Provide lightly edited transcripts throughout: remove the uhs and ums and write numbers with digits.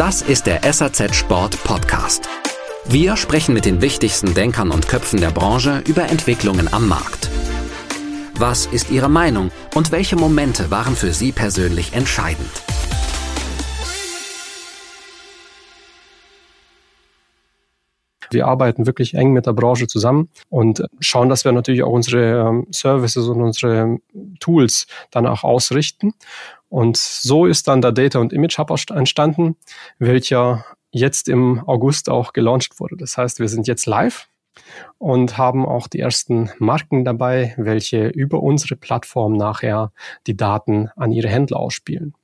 Das ist der SAZ Sport Podcast. Wir sprechen mit den wichtigsten Denkern und Köpfen der Branche über Entwicklungen am Markt. Was ist Ihre Meinung und welche Momente waren für Sie persönlich entscheidend? Wir arbeiten wirklich eng mit der Branche zusammen und schauen, dass wir natürlich auch unsere Services und unsere Tools dann auch ausrichten. Und so ist dann der Data- und Image Hub entstanden, welcher jetzt im August auch gelauncht wurde. Das heißt, wir sind jetzt live und haben auch die ersten Marken dabei, welche über unsere Plattform nachher die Daten an ihre Händler ausspielen.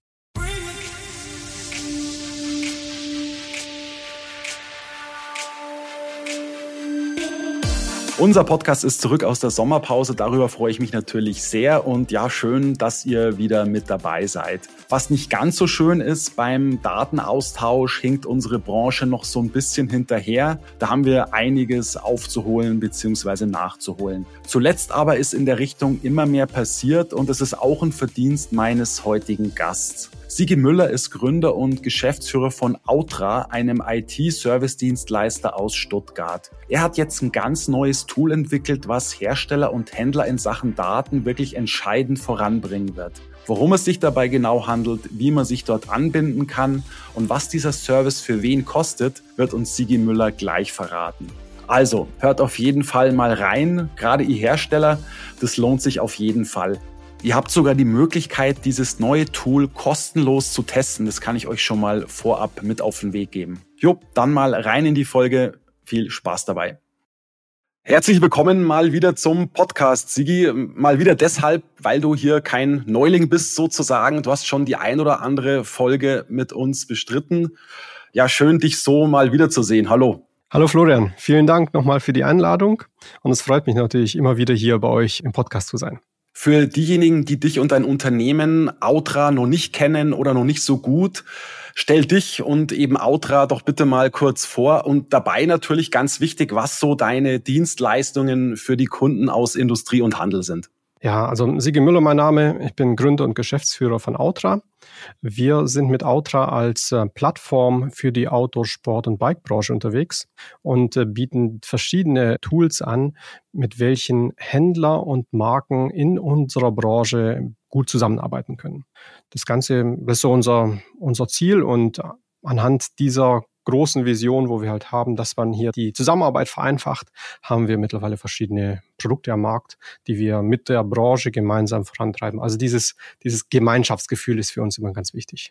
Unser Podcast ist zurück aus der Sommerpause. Darüber freue ich mich natürlich sehr. Und ja, schön, dass ihr wieder mit dabei seid. Was nicht ganz so schön ist, beim Datenaustausch hinkt unsere Branche noch so ein bisschen hinterher. Da haben wir einiges aufzuholen bzw. nachzuholen. Zuletzt aber ist in der Richtung immer mehr passiert und es ist auch ein Verdienst meines heutigen Gasts. Sigi Müller ist Gründer und Geschäftsführer von Outra, einem IT-Service-Dienstleister aus Stuttgart. Er hat jetzt ein ganz neues Tool entwickelt, was Hersteller und Händler in Sachen Daten wirklich entscheidend voranbringen wird. Worum es sich dabei genau handelt, wie man sich dort anbinden kann und was dieser Service für wen kostet, wird uns Sigi Müller gleich verraten. Also, hört auf jeden Fall mal rein, gerade ihr Hersteller, das lohnt sich auf jeden Fall. Ihr habt sogar die Möglichkeit, dieses neue Tool kostenlos zu testen. Das kann ich euch schon mal vorab mit auf den Weg geben. Jo, dann mal rein in die Folge. Viel Spaß dabei. Herzlich willkommen mal wieder zum Podcast, Sigi. Mal wieder deshalb, weil du hier kein Neuling bist sozusagen. Du hast schon die ein oder andere Folge mit uns bestritten. Ja, schön, dich so mal wiederzusehen. Hallo. Hallo Florian, vielen Dank nochmal für die Einladung. Und es freut mich natürlich immer wieder hier bei euch im Podcast zu sein. Für diejenigen, die dich und dein Unternehmen Outra noch nicht kennen oder noch nicht so gut, stell dich und eben Outra doch bitte mal kurz vor und dabei natürlich ganz wichtig, was so deine Dienstleistungen für die Kunden aus Industrie und Handel sind. Ja, also Sigi Müller mein Name, ich bin Gründer und Geschäftsführer von Outra. Wir sind mit Outra als Plattform für die Outdoor-, Sport- und Bike-Branche unterwegs und bieten verschiedene Tools an, mit welchen Händler und Marken in unserer Branche gut zusammenarbeiten können. Das Ganze ist so unser Ziel und anhand dieser großen Vision, wo wir halt haben, dass man hier die Zusammenarbeit vereinfacht, haben wir mittlerweile verschiedene Produkte am Markt, die wir mit der Branche gemeinsam vorantreiben. Also dieses Gemeinschaftsgefühl ist für uns immer ganz wichtig.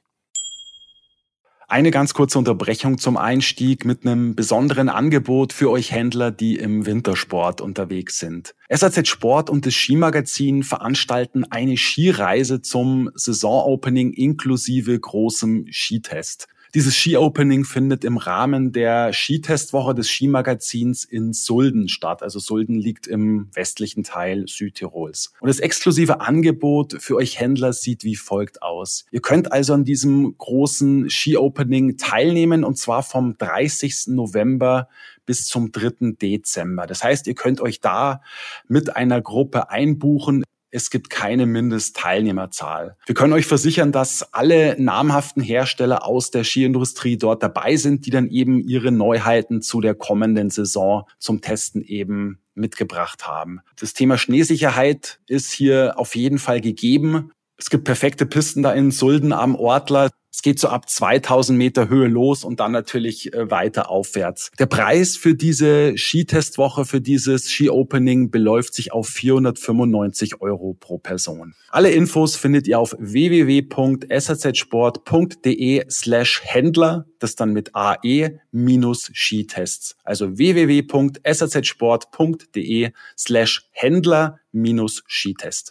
Eine ganz kurze Unterbrechung zum Einstieg mit einem besonderen Angebot für euch Händler, die im Wintersport unterwegs sind. SAZ Sport und das Skimagazin veranstalten eine Skireise zum Saisonopening inklusive großem Skitest. Dieses Ski-Opening findet im Rahmen der Skitestwoche des Skimagazins in Sulden statt. Also Sulden liegt im westlichen Teil Südtirols. Und das exklusive Angebot für euch Händler sieht wie folgt aus. Ihr könnt also an diesem großen Ski-Opening teilnehmen und zwar vom 30. November bis zum 3. Dezember. Das heißt, ihr könnt euch da mit einer Gruppe einbuchen. Es gibt keine Mindestteilnehmerzahl. Wir können euch versichern, dass alle namhaften Hersteller aus der Skiindustrie dort dabei sind, die dann eben ihre Neuheiten zu der kommenden Saison zum Testen eben mitgebracht haben. Das Thema Schneesicherheit ist hier auf jeden Fall gegeben. Es gibt perfekte Pisten da in Sulden am Ortler. Es geht so ab 2000 Meter Höhe los und dann natürlich weiter aufwärts. Der Preis für diese Skitestwoche, für dieses Ski-Opening beläuft sich auf 495 € pro Person. Alle Infos findet ihr auf www.sazsport.de/Händler, das dann mit AE-Skitests. Also www.sazsport.de/Händler-Skitest.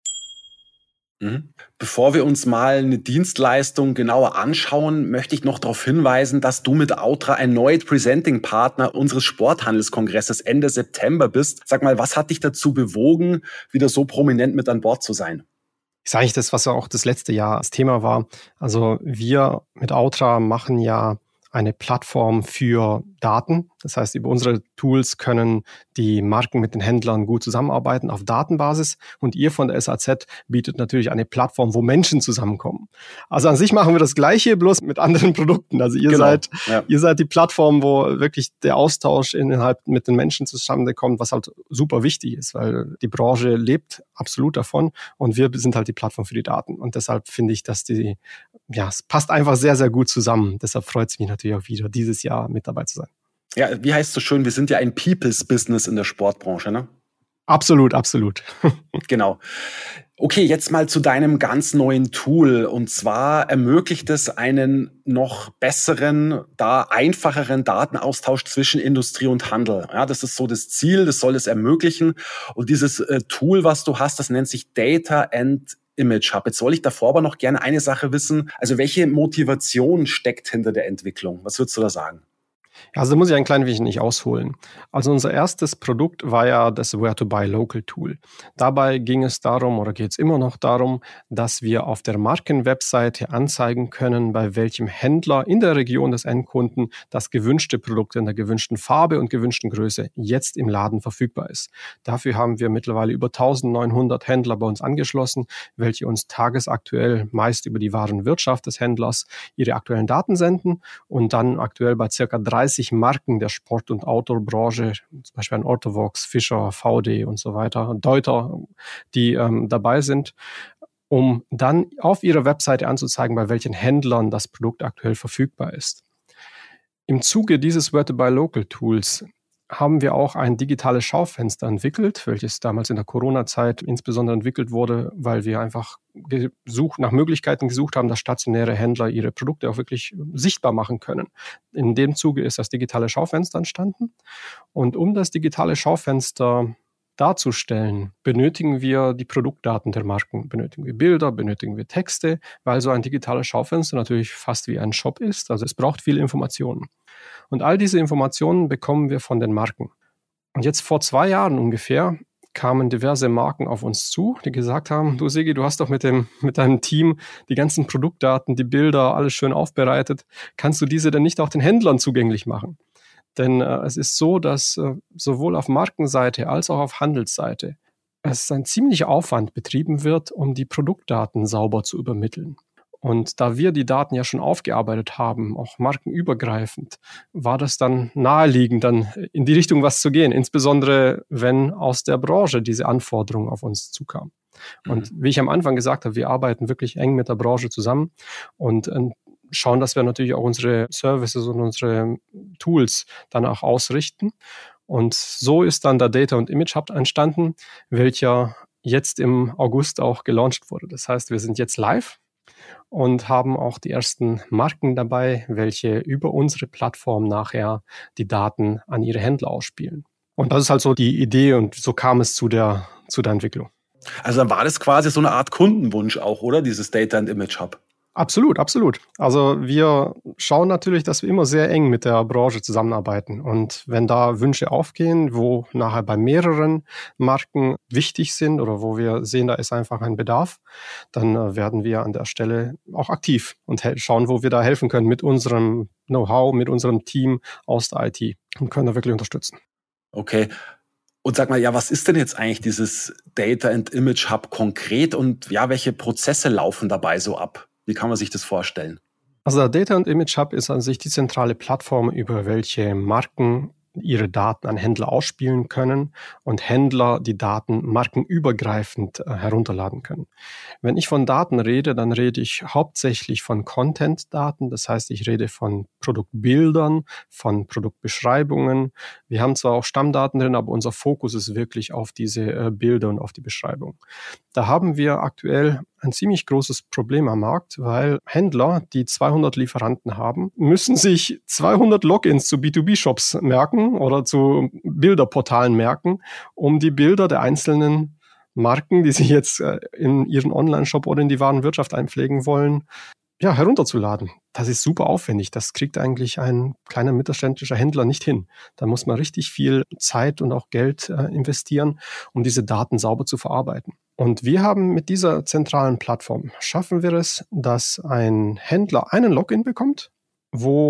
Bevor wir uns mal eine Dienstleistung genauer anschauen, möchte ich noch darauf hinweisen, dass du mit Outra erneut Presenting-Partner unseres Sporthandelskongresses Ende September bist. Sag mal, was hat dich dazu bewogen, wieder so prominent mit an Bord zu sein? Ist eigentlich das, was auch das letzte Jahr das Thema war. Also wir mit Outra machen ja eine Plattform für Daten. Das heißt, über unsere Tools können die Marken mit den Händlern gut zusammenarbeiten auf Datenbasis. Und ihr von der SAZ bietet natürlich eine Plattform, wo Menschen zusammenkommen. Also an sich machen wir das Gleiche, bloß mit anderen Produkten. Also ihr seid die Plattform, wo wirklich der Austausch innerhalb mit den Menschen zustande kommt, was halt super wichtig ist, weil die Branche lebt absolut davon und wir sind halt die Plattform für die Daten. Und deshalb finde ich, dass es passt einfach sehr, sehr gut zusammen. Deshalb freut es mich natürlich auch wieder, dieses Jahr mit dabei zu sein. Ja, wie heißt es so schön, wir sind ja ein People's Business in der Sportbranche, ne? Absolut, absolut. Genau. Okay, jetzt mal zu deinem ganz neuen Tool. Und zwar ermöglicht es einen noch besseren, einfacheren Datenaustausch zwischen Industrie und Handel. Ja, das ist so das Ziel, das soll es ermöglichen. Und dieses Tool, was du hast, das nennt sich Data and Image Hub. Jetzt soll ich davor aber noch gerne eine Sache wissen. Also welche Motivation steckt hinter der Entwicklung? Was würdest du da sagen? Also da muss ich ein klein wenig nicht ausholen. Also unser erstes Produkt war ja das Where-to-Buy-Local-Tool. Dabei ging es darum, oder geht es immer noch darum, dass wir auf der Markenwebseite anzeigen können, bei welchem Händler in der Region des Endkunden das gewünschte Produkt in der gewünschten Farbe und gewünschten Größe jetzt im Laden verfügbar ist. Dafür haben wir mittlerweile über 1900 Händler bei uns angeschlossen, welche uns tagesaktuell meist über die Warenwirtschaft des Händlers ihre aktuellen Daten senden und dann aktuell bei ca. 30 Marken der Sport- und Outdoor-Branche, zum Beispiel ein Orthovox, Fischer, VD und so weiter, Deuter, die dabei sind, um dann auf ihrer Webseite anzuzeigen, bei welchen Händlern das Produkt aktuell verfügbar ist. Im Zuge dieses Where-to-Buy-Local-Tools haben wir auch ein digitales Schaufenster entwickelt, welches damals in der Corona-Zeit insbesondere entwickelt wurde, weil wir einfach nach Möglichkeiten gesucht haben, dass stationäre Händler ihre Produkte auch wirklich sichtbar machen können. In dem Zuge ist das digitale Schaufenster entstanden. Und um das digitale Schaufenster darzustellen, benötigen wir die Produktdaten der Marken, benötigen wir Bilder, benötigen wir Texte, weil so ein digitales Schaufenster natürlich fast wie ein Shop ist. Also es braucht viele Informationen. Und all diese Informationen bekommen wir von den Marken. Und jetzt vor 2 Jahren ungefähr kamen diverse Marken auf uns zu, die gesagt haben, du Sigi, du hast doch mit deinem Team die ganzen Produktdaten, die Bilder, alles schön aufbereitet. Kannst du diese denn nicht auch den Händlern zugänglich machen? Denn es ist so, dass sowohl auf Markenseite als auch auf Handelsseite es ein ziemlicher Aufwand betrieben wird, um die Produktdaten sauber zu übermitteln. Und da wir die Daten ja schon aufgearbeitet haben, auch markenübergreifend, war das dann naheliegend, dann in die Richtung was zu gehen, insbesondere wenn aus der Branche diese Anforderung auf uns zukam. Und wie ich am Anfang gesagt habe, wir arbeiten wirklich eng mit der Branche zusammen und schauen, dass wir natürlich auch unsere Services und unsere Tools dann auch ausrichten. Und so ist dann der Data und Image Hub entstanden, welcher jetzt im August auch gelauncht wurde. Das heißt, wir sind jetzt live und haben auch die ersten Marken dabei, welche über unsere Plattform nachher die Daten an ihre Händler ausspielen. Und das ist halt so die Idee und so kam es zu der Entwicklung. Also dann war das quasi so eine Art Kundenwunsch auch, oder? Dieses Data and Image Hub. Absolut, absolut. Also wir schauen natürlich, dass wir immer sehr eng mit der Branche zusammenarbeiten. Und wenn da Wünsche aufgehen, wo nachher bei mehreren Marken wichtig sind oder wo wir sehen, da ist einfach ein Bedarf, dann werden wir an der Stelle auch aktiv und schauen, wo wir da helfen können mit unserem Know-how, mit unserem Team aus der IT und können da wirklich unterstützen. Okay. Und sag mal, ja, was ist denn jetzt eigentlich dieses Data and Image Hub konkret und ja, welche Prozesse laufen dabei so ab? Wie kann man sich das vorstellen? Also der Data and Image Hub ist an sich die zentrale Plattform, über welche Marken ihre Daten an Händler ausspielen können und Händler die Daten markenübergreifend herunterladen können. Wenn ich von Daten rede, dann rede ich hauptsächlich von Content-Daten, das heißt, ich rede von Produktbildern, von Produktbeschreibungen. Wir haben zwar auch Stammdaten drin, aber unser Fokus ist wirklich auf diese Bilder und auf die Beschreibung. Da haben wir aktuell ein ziemlich großes Problem am Markt, weil Händler, die 200 Lieferanten haben, müssen sich 200 Logins zu B2B-Shops merken oder zu Bilderportalen merken, um die Bilder der einzelnen Marken, die sie jetzt in ihren Online-Shop oder in die Warenwirtschaft einpflegen wollen, ja, herunterzuladen. Das ist super aufwendig. Das kriegt eigentlich ein kleiner mittelständischer Händler nicht hin. Da muss man richtig viel Zeit und auch Geld investieren, um diese Daten sauber zu verarbeiten. Und wir haben mit dieser zentralen Plattform, schaffen wir es, dass ein Händler einen Login bekommt, wo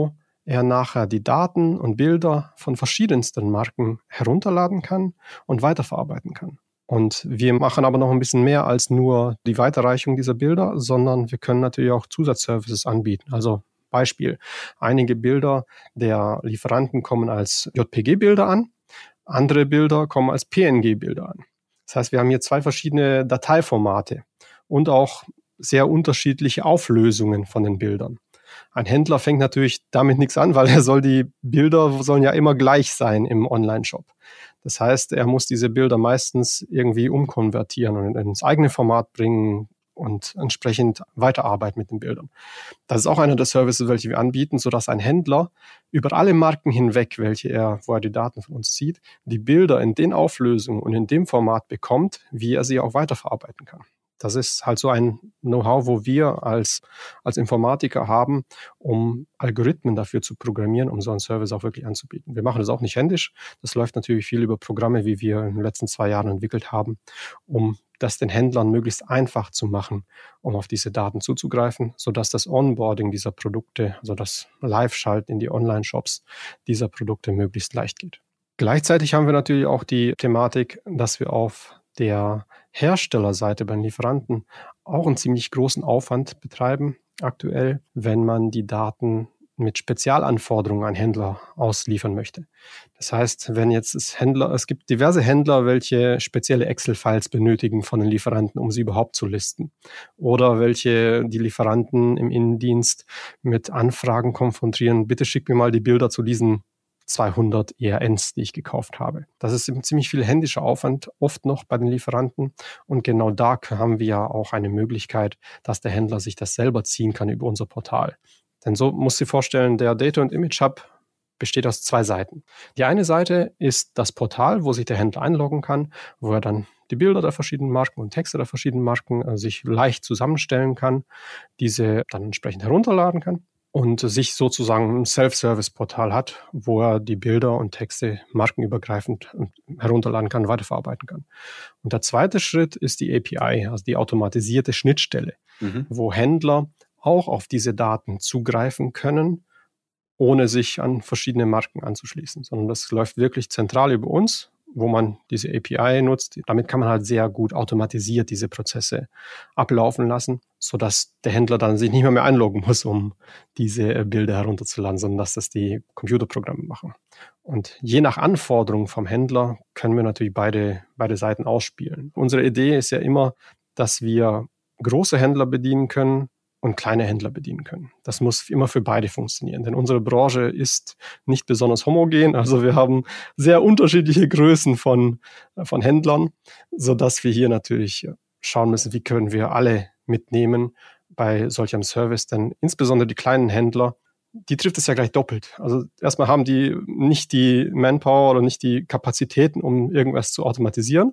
er nachher die Daten und Bilder von verschiedensten Marken herunterladen kann und weiterverarbeiten kann. Und wir machen aber noch ein bisschen mehr als nur die Weiterreichung dieser Bilder, sondern wir können natürlich auch Zusatzservices anbieten. Also Beispiel, einige Bilder der Lieferanten kommen als JPG-Bilder an, andere Bilder kommen als PNG-Bilder an. Das heißt, wir haben hier 2 verschiedene Dateiformate und auch sehr unterschiedliche Auflösungen von den Bildern. Ein Händler fängt natürlich damit nichts an, weil die Bilder sollen ja immer gleich sein im Online-Shop. Das heißt, er muss diese Bilder meistens irgendwie umkonvertieren und ins eigene Format bringen und entsprechend weiterarbeiten mit den Bildern. Das ist auch einer der Services, welche wir anbieten, sodass ein Händler über alle Marken hinweg, wo er die Daten von uns zieht, die Bilder in den Auflösungen und in dem Format bekommt, wie er sie auch weiterverarbeiten kann. Das ist halt so ein Know-how, wo wir als Informatiker haben, um Algorithmen dafür zu programmieren, um so einen Service auch wirklich anzubieten. Wir machen das auch nicht händisch. Das läuft natürlich viel über Programme, wie wir in den letzten 2 Jahren entwickelt haben, um das den Händlern möglichst einfach zu machen, um auf diese Daten zuzugreifen, sodass das Onboarding dieser Produkte, also das Live-Schalten in die Online-Shops dieser Produkte möglichst leicht geht. Gleichzeitig haben wir natürlich auch die Thematik, dass wir auf der Herstellerseite bei den Lieferanten auch einen ziemlich großen Aufwand betreiben aktuell, wenn man die Daten mit Spezialanforderungen an Händler ausliefern möchte. Das heißt, es gibt diverse Händler, welche spezielle Excel-Files benötigen von den Lieferanten, um sie überhaupt zu listen. Oder welche die Lieferanten im Innendienst mit Anfragen konfrontieren, bitte schick mir mal die Bilder zu diesen 200 ERNs, die ich gekauft habe. Das ist ziemlich viel händischer Aufwand, oft noch bei den Lieferanten. Und genau da haben wir ja auch eine Möglichkeit, dass der Händler sich das selber ziehen kann über unser Portal. Denn so muss sie vorstellen, der Data und Image Hub besteht aus 2 Seiten. Die eine Seite ist das Portal, wo sich der Händler einloggen kann, wo er dann die Bilder der verschiedenen Marken und Texte der verschiedenen Marken sich leicht zusammenstellen kann, diese dann entsprechend herunterladen kann und sich sozusagen ein Self-Service-Portal hat, wo er die Bilder und Texte markenübergreifend herunterladen kann, weiterverarbeiten kann. Und der zweite Schritt ist die API, also die automatisierte Schnittstelle, wo Händler auch auf diese Daten zugreifen können, ohne sich an verschiedene Marken anzuschließen, sondern das läuft wirklich zentral über uns, wo man diese API nutzt. Damit kann man halt sehr gut automatisiert diese Prozesse ablaufen lassen, sodass der Händler dann sich nicht mehr einloggen muss, um diese Bilder herunterzuladen, sondern dass das die Computerprogramme machen. Und je nach Anforderung vom Händler können wir natürlich beide Seiten ausspielen. Unsere Idee ist ja immer, dass wir große Händler bedienen können und kleine Händler bedienen können. Das muss immer für beide funktionieren, denn unsere Branche ist nicht besonders homogen. Also wir haben sehr unterschiedliche Größen von Händlern, sodass wir hier natürlich schauen müssen, wie können wir alle mitnehmen bei solch einem Service, denn insbesondere die kleinen Händler, die trifft es ja gleich doppelt. Also erstmal haben die nicht die Manpower oder nicht die Kapazitäten, um irgendwas zu automatisieren,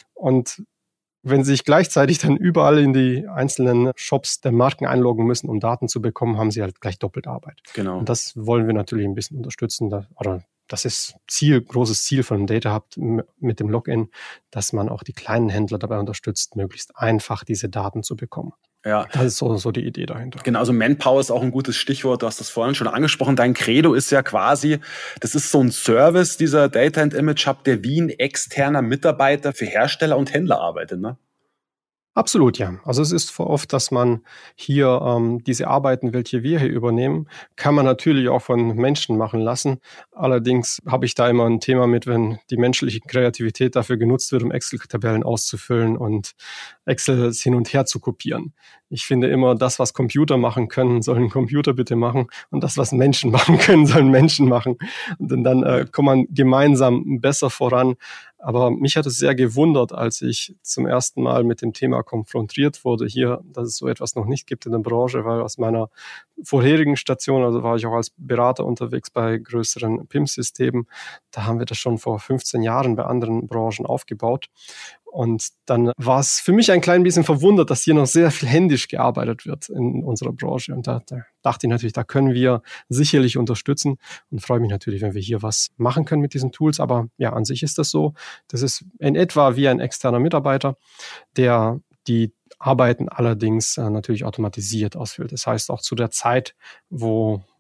und wenn sie sich gleichzeitig dann überall in die einzelnen Shops der Marken einloggen müssen, um Daten zu bekommen, haben sie halt gleich doppelt Arbeit. Genau. Und das wollen wir natürlich ein bisschen unterstützen. Das ist großes Ziel von Data Hub mit dem Login, dass man auch die kleinen Händler dabei unterstützt, möglichst einfach diese Daten zu bekommen. Ja. Das ist so die Idee dahinter. Genau, also Manpower ist auch ein gutes Stichwort. Du hast das vorhin schon angesprochen. Dein Credo ist ja quasi, das ist so ein Service, dieser Data and Image Hub, der wie ein externer Mitarbeiter für Hersteller und Händler arbeitet, ne? Absolut, ja. Also es ist oft, dass man hier diese Arbeiten, welche wir hier übernehmen, kann man natürlich auch von Menschen machen lassen. Allerdings habe ich da immer ein Thema mit, wenn die menschliche Kreativität dafür genutzt wird, um Excel-Tabellen auszufüllen und Excel hin und her zu kopieren. Ich finde immer, das, was Computer machen können, sollen Computer bitte machen, und das, was Menschen machen können, sollen Menschen machen. Und dann kommt man gemeinsam besser voran. Aber mich hat es sehr gewundert, als ich zum ersten Mal mit dem Thema konfrontiert wurde hier, dass es so etwas noch nicht gibt in der Branche, weil aus meiner vorherigen Station, also war ich auch als Berater unterwegs bei größeren PIM-Systemen, da haben wir das schon vor 15 Jahren bei anderen Branchen aufgebaut. Und dann war es für mich ein klein bisschen verwundert, dass hier noch sehr viel händisch gearbeitet wird in unserer Branche. Und da dachte ich natürlich, da können wir sicherlich unterstützen, und freue mich natürlich, wenn wir hier was machen können mit diesen Tools. Aber ja, an sich ist das so. Das ist in etwa wie ein externer Mitarbeiter, der die Arbeiten allerdings natürlich automatisiert ausführt. Das heißt, auch zu der Zeit, wo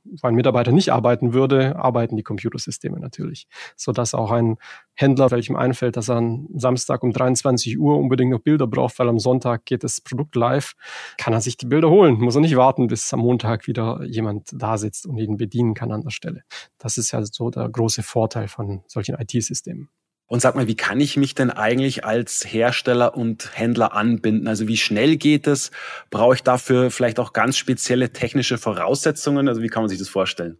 wo ein Mitarbeiter nicht arbeiten würde, arbeiten die Computersysteme natürlich. Sodass auch ein Händler, welchem einfällt, dass er am Samstag um 23 Uhr unbedingt noch Bilder braucht, weil am Sonntag geht das Produkt live, kann er sich die Bilder holen. Muss er nicht warten, bis am Montag wieder jemand da sitzt und ihn bedienen kann an der Stelle. Das ist ja so der große Vorteil von solchen IT-Systemen. Und sag mal, wie kann ich mich denn eigentlich als Hersteller und Händler anbinden? Also wie schnell geht es? Brauche ich dafür vielleicht auch ganz spezielle technische Voraussetzungen? Also wie kann man sich das vorstellen?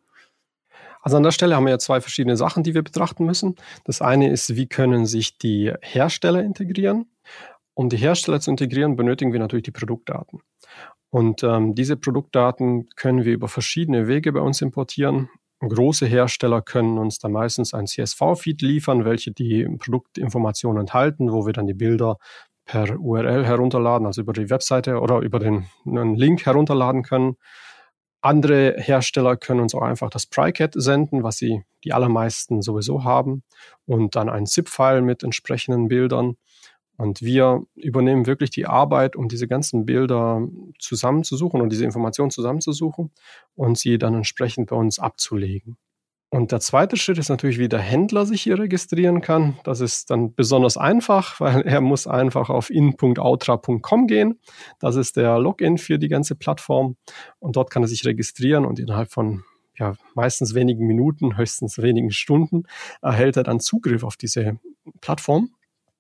Also an der Stelle haben wir ja zwei verschiedene Sachen, die wir betrachten müssen. Das eine ist, wie können sich die Hersteller integrieren? Um die Hersteller zu integrieren, benötigen wir natürlich die Produktdaten. Und diese Produktdaten können wir über verschiedene Wege bei uns importieren. Große Hersteller können uns dann meistens ein CSV-Feed liefern, welche die Produktinformationen enthalten, wo wir dann die Bilder per URL herunterladen, also über die Webseite oder über einen Link herunterladen können. Andere Hersteller können uns auch einfach das PryCat senden, was die allermeisten sowieso haben, und dann ein ZIP-File mit entsprechenden Bildern. Und wir übernehmen wirklich die Arbeit, um diese ganzen Bilder zusammenzusuchen und diese Informationen zusammenzusuchen und sie dann entsprechend bei uns abzulegen. Und der zweite Schritt ist natürlich, wie der Händler sich hier registrieren kann. Das ist dann besonders einfach, weil er muss einfach auf in.autra.com gehen. Das ist der Login für die ganze Plattform. Und dort kann er sich registrieren und innerhalb von meistens wenigen Minuten, höchstens wenigen Stunden erhält er dann Zugriff auf diese Plattform.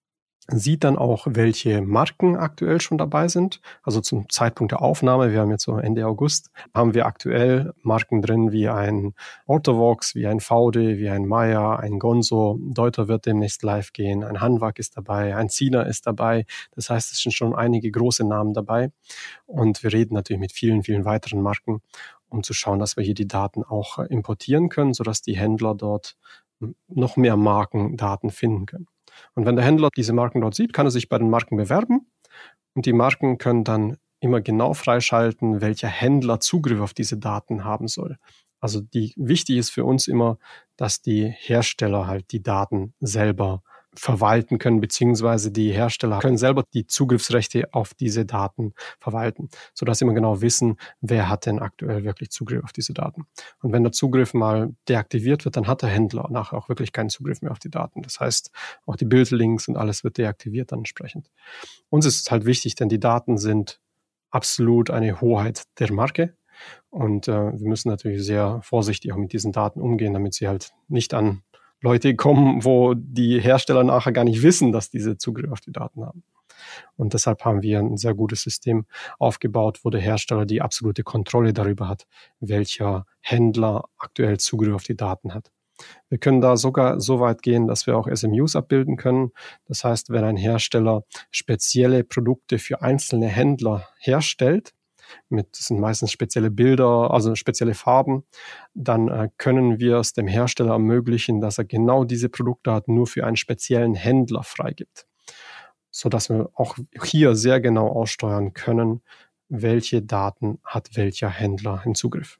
Sieht dann auch, welche Marken aktuell schon dabei sind. Also zum Zeitpunkt der Aufnahme, wir haben jetzt so Ende August, haben wir aktuell Marken drin wie ein Ortovox, wie ein VD, wie ein Meier, ein Gonzo. Deuter wird demnächst live gehen, ein Hanwag ist dabei, ein Ziener ist dabei. Das heißt, es sind schon einige große Namen dabei. Und wir reden natürlich mit vielen, vielen weiteren Marken, um zu schauen, dass wir hier die Daten auch importieren können, sodass die Händler dort noch mehr Markendaten finden können. Und wenn der Händler diese Marken dort sieht, kann er sich bei den Marken bewerben und die Marken können dann immer genau freischalten, welcher Händler Zugriff auf diese Daten haben soll. Also wichtig ist für uns immer, dass die Hersteller halt die Daten selber verwalten können, beziehungsweise die Hersteller können selber die Zugriffsrechte auf diese Daten verwalten, sodass sie immer genau wissen, wer hat denn aktuell wirklich Zugriff auf diese Daten. Und wenn der Zugriff mal deaktiviert wird, dann hat der Händler nachher auch wirklich keinen Zugriff mehr auf die Daten. Das heißt, auch die Bildlinks und alles wird deaktiviert dann entsprechend. Uns ist es halt wichtig, denn die Daten sind absolut eine Hoheit der Marke. Und wir müssen natürlich sehr vorsichtig auch mit diesen Daten umgehen, damit sie halt nicht an Leute kommen, wo die Hersteller nachher gar nicht wissen, dass diese Zugriff auf die Daten haben. Und deshalb haben wir ein sehr gutes System aufgebaut, wo der Hersteller die absolute Kontrolle darüber hat, welcher Händler aktuell Zugriff auf die Daten hat. Wir können da sogar so weit gehen, dass wir auch SMUs abbilden können. Das heißt, wenn ein Hersteller spezielle Produkte für einzelne Händler herstellt, das sind meistens spezielle Bilder, also spezielle Farben, dann können wir es dem Hersteller ermöglichen, dass er genau diese Produktdaten nur für einen speziellen Händler freigibt, sodass wir auch hier sehr genau aussteuern können, welche Daten hat welcher Händler in Zugriff.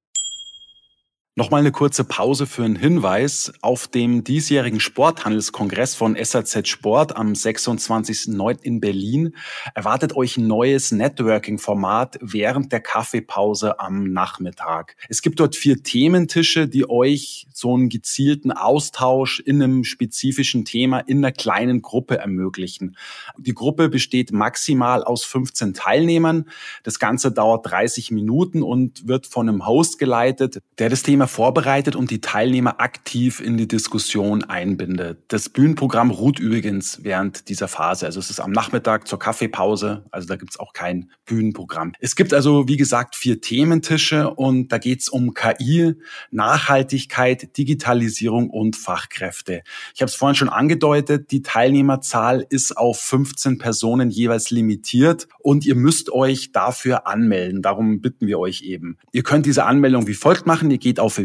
Nochmal eine kurze Pause für einen Hinweis. Auf dem diesjährigen Sporthandelskongress von SAZ Sport am 26.09. in Berlin erwartet euch ein neues Networking-Format während der Kaffeepause am Nachmittag. Es gibt dort 4 Thementische, die euch so einen gezielten Austausch in einem spezifischen Thema in einer kleinen Gruppe ermöglichen. Die Gruppe besteht maximal aus 15 Teilnehmern. Das Ganze dauert 30 Minuten und wird von einem Host geleitet, der das Thema vorbereitet und die Teilnehmer aktiv in die Diskussion einbindet. Das Bühnenprogramm ruht übrigens während dieser Phase. Also es ist am Nachmittag zur Kaffeepause, also da gibt es auch kein Bühnenprogramm. Es gibt also, wie gesagt, 4 Thementische und da geht es um KI, Nachhaltigkeit, Digitalisierung und Fachkräfte. Ich habe es vorhin schon angedeutet, die Teilnehmerzahl ist auf 15 Personen jeweils limitiert und ihr müsst euch dafür anmelden. Darum bitten wir euch eben. Ihr könnt diese Anmeldung wie folgt machen. Ihr geht auf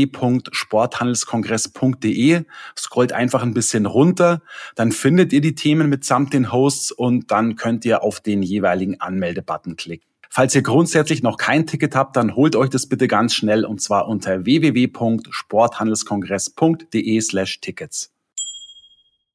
www.sporthandelskongress.de, scrollt einfach ein bisschen runter, dann findet ihr die Themen mitsamt den Hosts und dann könnt ihr auf den jeweiligen Anmeldebutton klicken. Falls ihr grundsätzlich noch kein Ticket habt, dann holt euch das bitte ganz schnell und zwar unter www.sporthandelskongress.de/Tickets.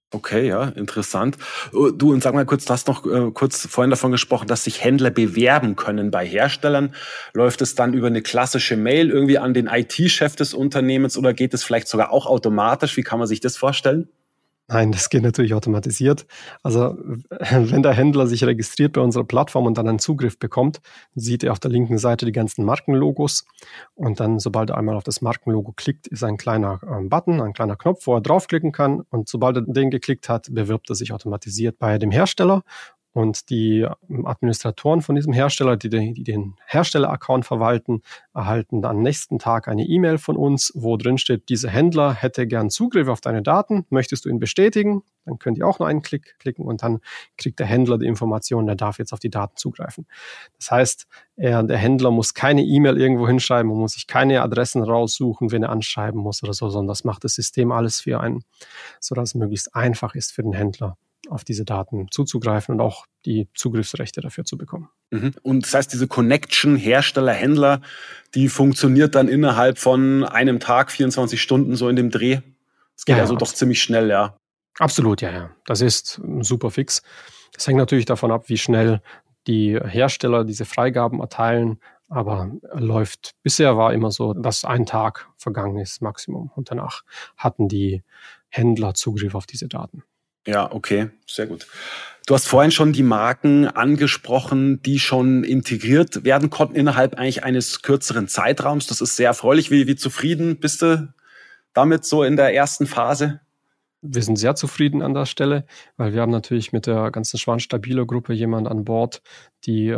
Okay, ja, interessant. Du, und sag mal kurz, du hast noch kurz vorhin davon gesprochen, dass sich Händler bewerben können bei Herstellern. Läuft es dann über eine klassische Mail irgendwie an den IT-Chef des Unternehmens oder geht es vielleicht sogar auch automatisch? Wie kann man sich das vorstellen? Nein, das geht natürlich automatisiert. Also wenn der Händler sich registriert bei unserer Plattform und dann einen Zugriff bekommt, sieht er auf der linken Seite die ganzen Markenlogos und dann, sobald er einmal auf das Markenlogo klickt, ist ein kleiner Button, ein kleiner Knopf, wo er draufklicken kann und sobald er den geklickt hat, bewirbt er sich automatisiert bei dem Hersteller. Und die Administratoren von diesem Hersteller, die den Hersteller-Account verwalten, erhalten dann am nächsten Tag eine E-Mail von uns, wo drin steht, dieser Händler hätte gern Zugriff auf deine Daten. Möchtest du ihn bestätigen? Dann könnt ihr auch nur einen Klick klicken und dann kriegt der Händler die Information, der darf jetzt auf die Daten zugreifen. Das heißt, der Händler muss keine E-Mail irgendwo hinschreiben und muss sich keine Adressen raussuchen, wenn er anschreiben muss oder so, sondern das macht das System alles für einen, sodass es möglichst einfach ist für den Händler, auf diese Daten zuzugreifen und auch die Zugriffsrechte dafür zu bekommen. Und das heißt, diese Connection Hersteller-Händler, die funktioniert dann innerhalb von einem Tag, 24 Stunden so in dem Dreh? Es geht also doch ziemlich schnell, ja. Absolut, ja. Das ist super fix. Das hängt natürlich davon ab, wie schnell die Hersteller diese Freigaben erteilen, aber bisher war immer so, dass ein Tag vergangen ist, Maximum. Und danach hatten die Händler Zugriff auf diese Daten. Ja, okay, sehr gut. Du hast vorhin schon die Marken angesprochen, die schon integriert werden konnten innerhalb eigentlich eines kürzeren Zeitraums. Das ist sehr erfreulich. Wie zufrieden bist du damit so in der ersten Phase? Wir sind sehr zufrieden an der Stelle, weil wir haben natürlich mit der ganzen Schwan-Stabilo-Gruppe jemanden an Bord, die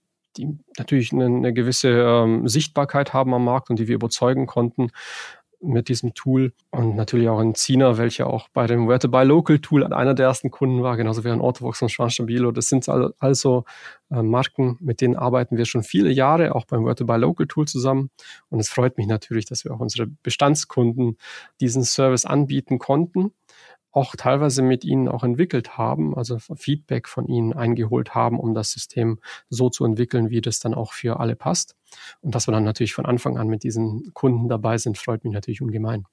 natürlich eine gewisse Sichtbarkeit haben am Markt und die wir überzeugen konnten mit diesem Tool. Und natürlich auch in Cina, welcher auch bei dem Where to Buy Local Tool einer der ersten Kunden war, genauso wie ein Autovox und Schwan-Stabilo. Das sind also Marken, mit denen arbeiten wir schon viele Jahre, auch beim Where to Buy Local Tool zusammen. Und es freut mich natürlich, dass wir auch unsere Bestandskunden diesen Service anbieten konnten, auch teilweise mit ihnen auch entwickelt haben, also Feedback von ihnen eingeholt haben, um das System so zu entwickeln, wie das dann auch für alle passt. Und dass wir dann natürlich von Anfang an mit diesen Kunden dabei sind, freut mich natürlich ungemein.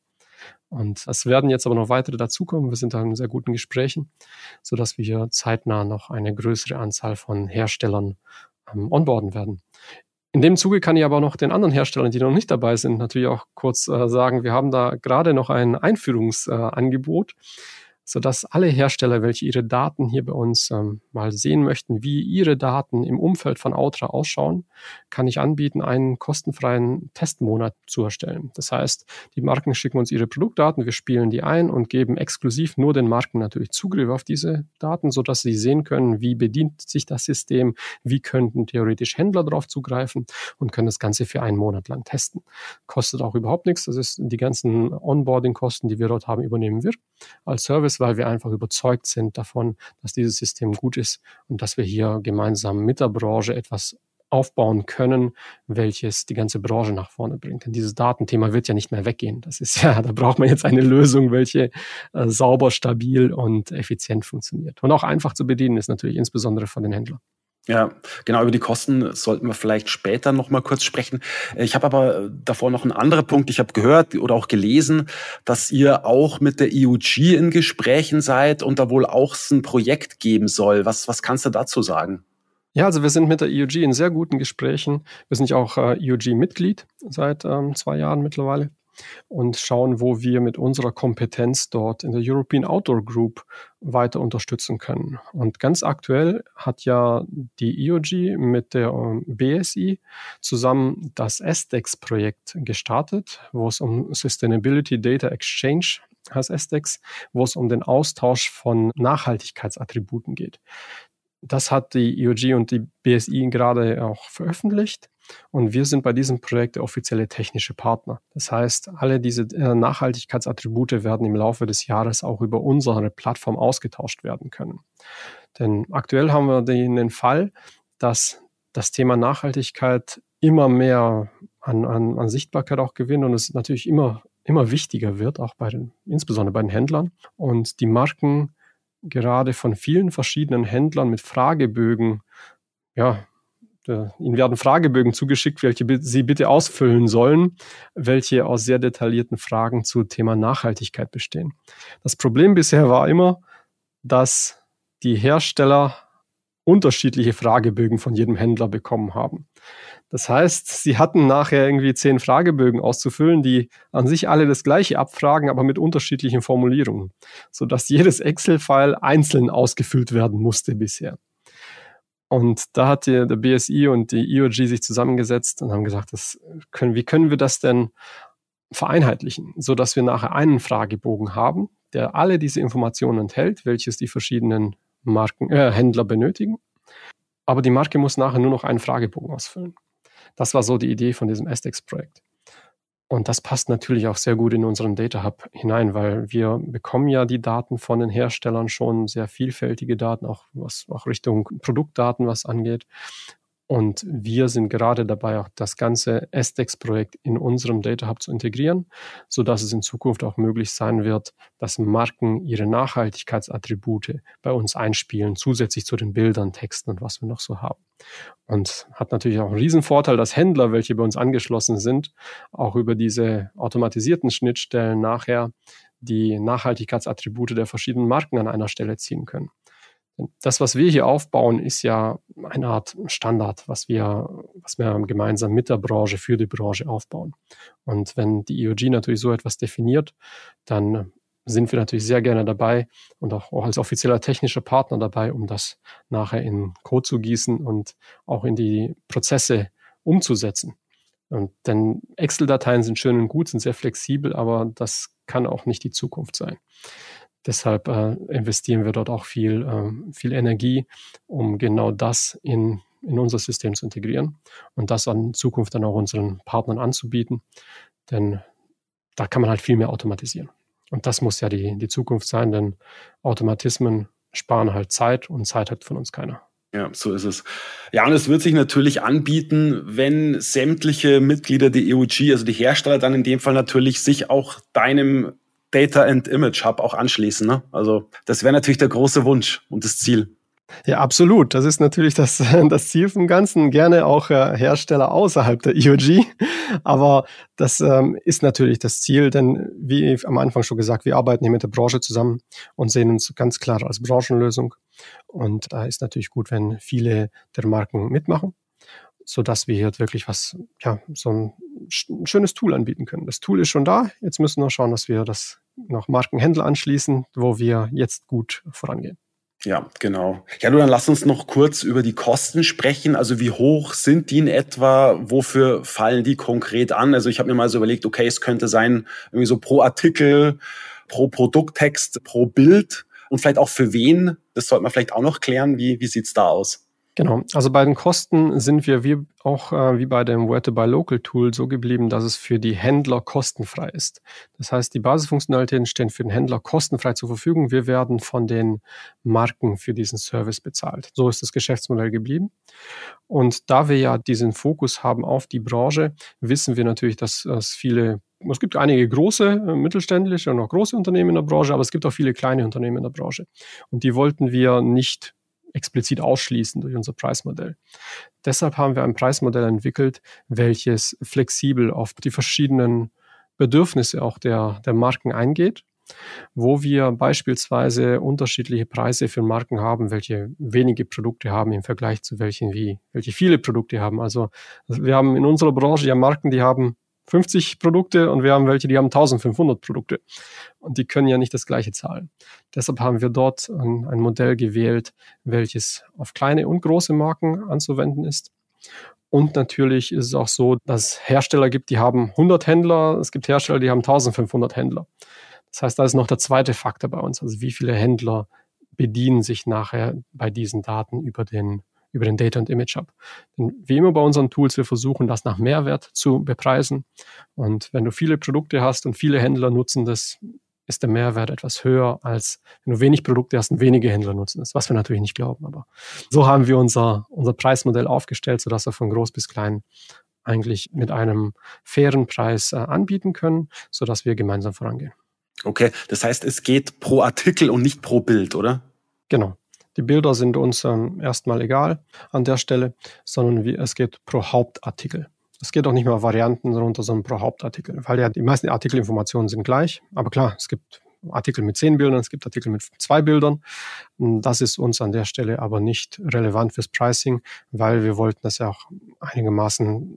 Und es werden jetzt aber noch weitere dazukommen. Wir sind da in sehr guten Gesprächen, sodass wir hier zeitnah noch eine größere Anzahl von Herstellern onboarden werden. In dem Zuge kann ich aber noch den anderen Herstellern, die noch nicht dabei sind, natürlich auch kurz sagen, wir haben da gerade noch ein Einführungsangebot, sodass alle Hersteller, welche ihre Daten hier bei uns mal sehen möchten, wie ihre Daten im Umfeld von Outra ausschauen, kann ich anbieten, einen kostenfreien Testmonat zu erstellen. Das heißt, die Marken schicken uns ihre Produktdaten, wir spielen die ein und geben exklusiv nur den Marken natürlich Zugriff auf diese Daten, sodass sie sehen können, wie bedient sich das System, wie könnten theoretisch Händler darauf zugreifen und können das Ganze für einen Monat lang testen. Kostet auch überhaupt nichts. Das ist die ganzen Onboarding-Kosten, die wir dort haben, übernehmen wir als Service, weil wir einfach überzeugt sind davon, dass dieses System gut ist und dass wir hier gemeinsam mit der Branche etwas aufbauen können, welches die ganze Branche nach vorne bringt. Denn dieses Datenthema wird ja nicht mehr weggehen. Das ist ja, da braucht man jetzt eine Lösung, welche sauber, stabil und effizient funktioniert. Und auch einfach zu bedienen ist natürlich insbesondere von den Händlern. Ja, genau, über die Kosten sollten wir vielleicht später noch mal kurz sprechen. Ich habe aber davor noch einen anderen Punkt. Ich habe gehört oder auch gelesen, dass ihr auch mit der EUG in Gesprächen seid und da wohl auch ein Projekt geben soll. Was kannst du dazu sagen? Ja, also wir sind mit der EUG in sehr guten Gesprächen. Wir sind ja auch EUG-Mitglied seit 2 Jahren mittlerweile und schauen, wo wir mit unserer Kompetenz dort in der European Outdoor Group weiter unterstützen können. Und ganz aktuell hat ja die EUG mit der BSI zusammen das SDEX-Projekt gestartet, wo es um Sustainability Data Exchange heißt SDEX, wo es um den Austausch von Nachhaltigkeitsattributen geht. Das hat die EUG und die BSI gerade auch veröffentlicht. Und wir sind bei diesem Projekt der offizielle technische Partner. Das heißt, alle diese Nachhaltigkeitsattribute werden im Laufe des Jahres auch über unsere Plattform ausgetauscht werden können. Denn aktuell haben wir den Fall, dass das Thema Nachhaltigkeit immer mehr an Sichtbarkeit auch gewinnt und es natürlich immer wichtiger wird, auch insbesondere bei den Händlern. Und die Marken gerade von vielen verschiedenen Händlern mit Fragebögen, ihnen werden Fragebögen zugeschickt, welche sie bitte ausfüllen sollen, welche aus sehr detaillierten Fragen zu Thema Nachhaltigkeit bestehen. Das Problem bisher war immer, dass die Hersteller unterschiedliche Fragebögen von jedem Händler bekommen haben. Das heißt, sie hatten nachher irgendwie 10 Fragebögen auszufüllen, die an sich alle das Gleiche abfragen, aber mit unterschiedlichen Formulierungen, sodass jedes Excel-File einzeln ausgefüllt werden musste bisher. Und da hat der BSI und die EOG sich zusammengesetzt und haben gesagt, wie können wir das denn vereinheitlichen, sodass wir nachher einen Fragebogen haben, der alle diese Informationen enthält, welches die verschiedenen Händler benötigen. Aber die Marke muss nachher nur noch einen Fragebogen ausfüllen. Das war so die Idee von diesem SDEX-Projekt. Und das passt natürlich auch sehr gut in unseren Data Hub hinein, weil wir bekommen ja die Daten von den Herstellern schon, sehr vielfältige Daten, auch Richtung Produktdaten was angeht. Und wir sind gerade dabei, auch das ganze SDEX-Projekt in unserem Data Hub zu integrieren, sodass es in Zukunft auch möglich sein wird, dass Marken ihre Nachhaltigkeitsattribute bei uns einspielen, zusätzlich zu den Bildern, Texten und was wir noch so haben. Und hat natürlich auch einen riesen Vorteil, dass Händler, welche bei uns angeschlossen sind, auch über diese automatisierten Schnittstellen nachher die Nachhaltigkeitsattribute der verschiedenen Marken an einer Stelle ziehen können. Das, was wir hier aufbauen, ist ja eine Art Standard, was wir gemeinsam mit der Branche, für die Branche aufbauen. Und wenn die EOG natürlich so etwas definiert, dann sind wir natürlich sehr gerne dabei und auch als offizieller technischer Partner dabei, um das nachher in Code zu gießen und auch in die Prozesse umzusetzen. Denn Excel-Dateien sind schön und gut, sind sehr flexibel, aber das kann auch nicht die Zukunft sein. Deshalb investieren wir dort auch viel Energie, um genau das in unser System zu integrieren und das in Zukunft dann auch unseren Partnern anzubieten. Denn da kann man halt viel mehr automatisieren. Und das muss ja die Zukunft sein, denn Automatismen sparen halt Zeit und Zeit hat von uns keiner. Ja, so ist es. Ja, und es wird sich natürlich anbieten, wenn sämtliche Mitglieder der EOG, also die Hersteller dann in dem Fall natürlich, sich auch deinem Data and Image Hub auch anschließen. Ne? Also das wäre natürlich der große Wunsch und das Ziel. Ja, absolut. Das ist natürlich das Ziel vom Ganzen. Gerne auch Hersteller außerhalb der EOG. Aber das ist natürlich das Ziel, denn wie am Anfang schon gesagt, wir arbeiten hier mit der Branche zusammen und sehen uns ganz klar als Branchenlösung. Und da ist natürlich gut, wenn viele der Marken mitmachen, sodass wir hier wirklich so ein schönes Tool anbieten können. Das Tool ist schon da. Jetzt müssen wir schauen, dass wir das noch Markenhändler anschließen, wo wir jetzt gut vorangehen. Ja, genau. Ja, dann lass uns noch kurz über die Kosten sprechen. Also wie hoch sind die in etwa? Wofür fallen die konkret an? Also ich habe mir mal so überlegt, okay, es könnte sein, irgendwie so pro Artikel, pro Produkttext, pro Bild und vielleicht auch für wen. Das sollte man vielleicht auch noch klären. Wie sieht's da aus? Genau, also bei den Kosten sind wir wie bei dem Where to Buy Local Tool so geblieben, dass es für die Händler kostenfrei ist. Das heißt, die Basisfunktionalitäten stehen für den Händler kostenfrei zur Verfügung. Wir werden von den Marken für diesen Service bezahlt. So ist das Geschäftsmodell geblieben. Und da wir ja diesen Fokus haben auf die Branche, wissen wir natürlich, dass es gibt einige große, mittelständische und auch große Unternehmen in der Branche, aber es gibt auch viele kleine Unternehmen in der Branche. Und die wollten wir nicht explizit ausschließen durch unser Preismodell. Deshalb haben wir ein Preismodell entwickelt, welches flexibel auf die verschiedenen Bedürfnisse auch der Marken eingeht, wo wir beispielsweise unterschiedliche Preise für Marken haben, welche wenige Produkte haben im Vergleich zu welche viele Produkte haben. Also wir haben in unserer Branche ja Marken, die haben 50 Produkte und wir haben welche, die haben 1500 Produkte. Und die können ja nicht das Gleiche zahlen. Deshalb haben wir dort ein Modell gewählt, welches auf kleine und große Marken anzuwenden ist. Und natürlich ist es auch so, dass es Hersteller gibt, die haben 100 Händler. Es gibt Hersteller, die haben 1500 Händler. Das heißt, da ist noch der zweite Faktor bei uns. Also wie viele Händler bedienen sich nachher bei diesen Daten über den Data and Image Hub. Denn wie immer bei unseren Tools, wir versuchen das nach Mehrwert zu bepreisen. Und wenn du viele Produkte hast und viele Händler nutzen das, ist der Mehrwert etwas höher, als wenn du wenig Produkte hast und wenige Händler nutzen das, was wir natürlich nicht glauben. Aber so haben wir unser Preismodell aufgestellt, sodass wir von groß bis klein eigentlich mit einem fairen Preis anbieten können, sodass wir gemeinsam vorangehen. Okay, das heißt, es geht pro Artikel und nicht pro Bild, oder? Genau. Die Bilder sind uns erstmal egal an der Stelle, sondern es geht pro Hauptartikel. Es geht auch nicht mehr Varianten runter, sondern pro Hauptartikel, weil ja die meisten Artikelinformationen sind gleich. Aber klar, es gibt Artikel mit 10 Bildern, es gibt Artikel mit 2 Bildern. Das ist uns an der Stelle aber nicht relevant fürs Pricing, weil wir wollten das ja auch einigermaßen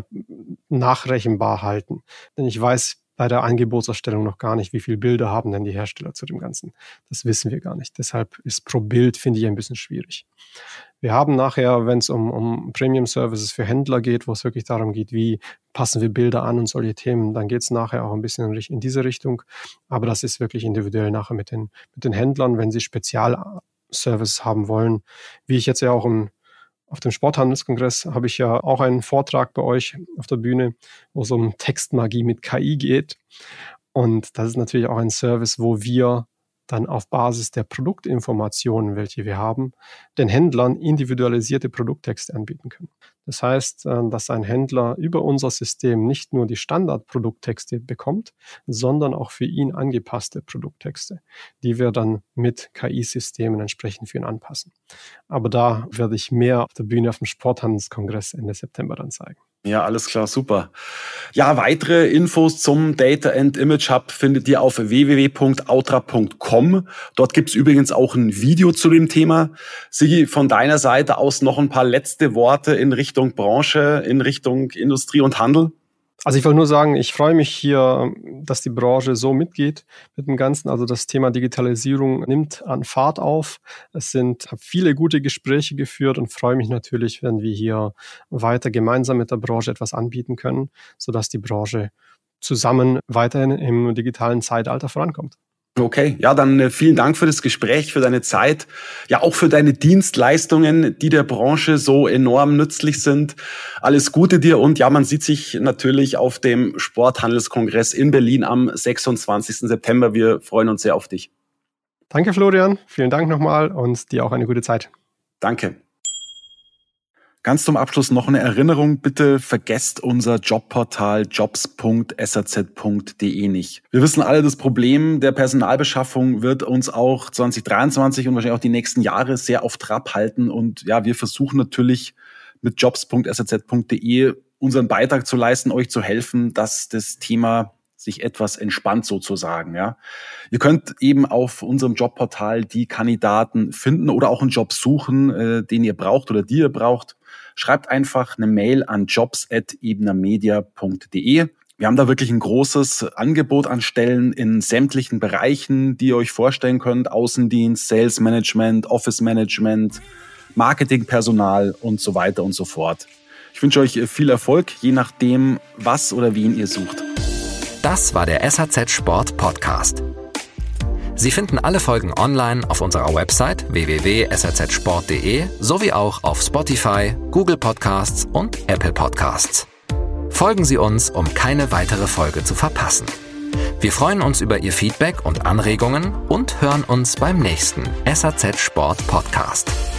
nachrechenbar halten. Denn ich weiß bei der Angebotserstellung noch gar nicht, wie viele Bilder haben denn die Hersteller zu dem Ganzen. Das wissen wir gar nicht. Deshalb ist pro Bild, finde ich, ein bisschen schwierig. Wir haben nachher, wenn es um Premium-Services für Händler geht, wo es wirklich darum geht, wie passen wir Bilder an und solche Themen, dann geht es nachher auch ein bisschen in diese Richtung. Aber das ist wirklich individuell nachher mit den Händlern, wenn sie Spezialservices haben wollen. Wie ich jetzt ja auch auf dem Sporthandelskongress habe ich ja auch einen Vortrag bei euch auf der Bühne, wo es um Textmagie mit KI geht. Und das ist natürlich auch ein Service, wo wir dann auf Basis der Produktinformationen, welche wir haben, den Händlern individualisierte Produkttexte anbieten können. Das heißt, dass ein Händler über unser System nicht nur die Standardprodukttexte bekommt, sondern auch für ihn angepasste Produkttexte, die wir dann mit KI-Systemen entsprechend für ihn anpassen. Aber da werde ich mehr auf der Bühne auf dem Sporthandelskongress Ende September dann zeigen. Ja, alles klar, super. Ja, weitere Infos zum Data and Image Hub findet ihr auf www.autra.com. Dort gibt's übrigens auch ein Video zu dem Thema. Sigi, von deiner Seite aus noch ein paar letzte Worte in Richtung Branche, in Richtung Industrie und Handel? Also ich wollte nur sagen, ich freue mich hier, dass die Branche so mitgeht mit dem Ganzen. Also das Thema Digitalisierung nimmt an Fahrt auf. Es sind viele gute Gespräche geführt und freue mich natürlich, wenn wir hier weiter gemeinsam mit der Branche etwas anbieten können, sodass die Branche zusammen weiterhin im digitalen Zeitalter vorankommt. Okay, ja, dann vielen Dank für das Gespräch, für deine Zeit, ja auch für deine Dienstleistungen, die der Branche so enorm nützlich sind. Alles Gute dir und ja, man sieht sich natürlich auf dem Sporthandelskongress in Berlin am 26. September. Wir freuen uns sehr auf dich. Danke, Florian. Vielen Dank nochmal und dir auch eine gute Zeit. Danke. Ganz zum Abschluss noch eine Erinnerung, bitte vergesst unser Jobportal jobs.saz.de nicht. Wir wissen alle, das Problem der Personalbeschaffung wird uns auch 2023 und wahrscheinlich auch die nächsten Jahre sehr auf Trab halten. Und ja, wir versuchen natürlich mit jobs.saz.de unseren Beitrag zu leisten, euch zu helfen, dass das Thema sich etwas entspannt sozusagen, ja. Ihr könnt eben auf unserem Jobportal die Kandidaten finden oder auch einen Job suchen, den ihr braucht oder die ihr braucht. Schreibt einfach eine Mail an jobs@ebnermedia.de. Wir haben da wirklich ein großes Angebot an Stellen in sämtlichen Bereichen, die ihr euch vorstellen könnt. Außendienst, Sales Management, Office Management, Marketingpersonal und so weiter und so fort. Ich wünsche euch viel Erfolg, je nachdem, was oder wen ihr sucht. Das war der SAZ Sport Podcast. Sie finden alle Folgen online auf unserer Website www.sazsport.de sowie auch auf Spotify, Google Podcasts und Apple Podcasts. Folgen Sie uns, um keine weitere Folge zu verpassen. Wir freuen uns über Ihr Feedback und Anregungen und hören uns beim nächsten SAZ Sport Podcast.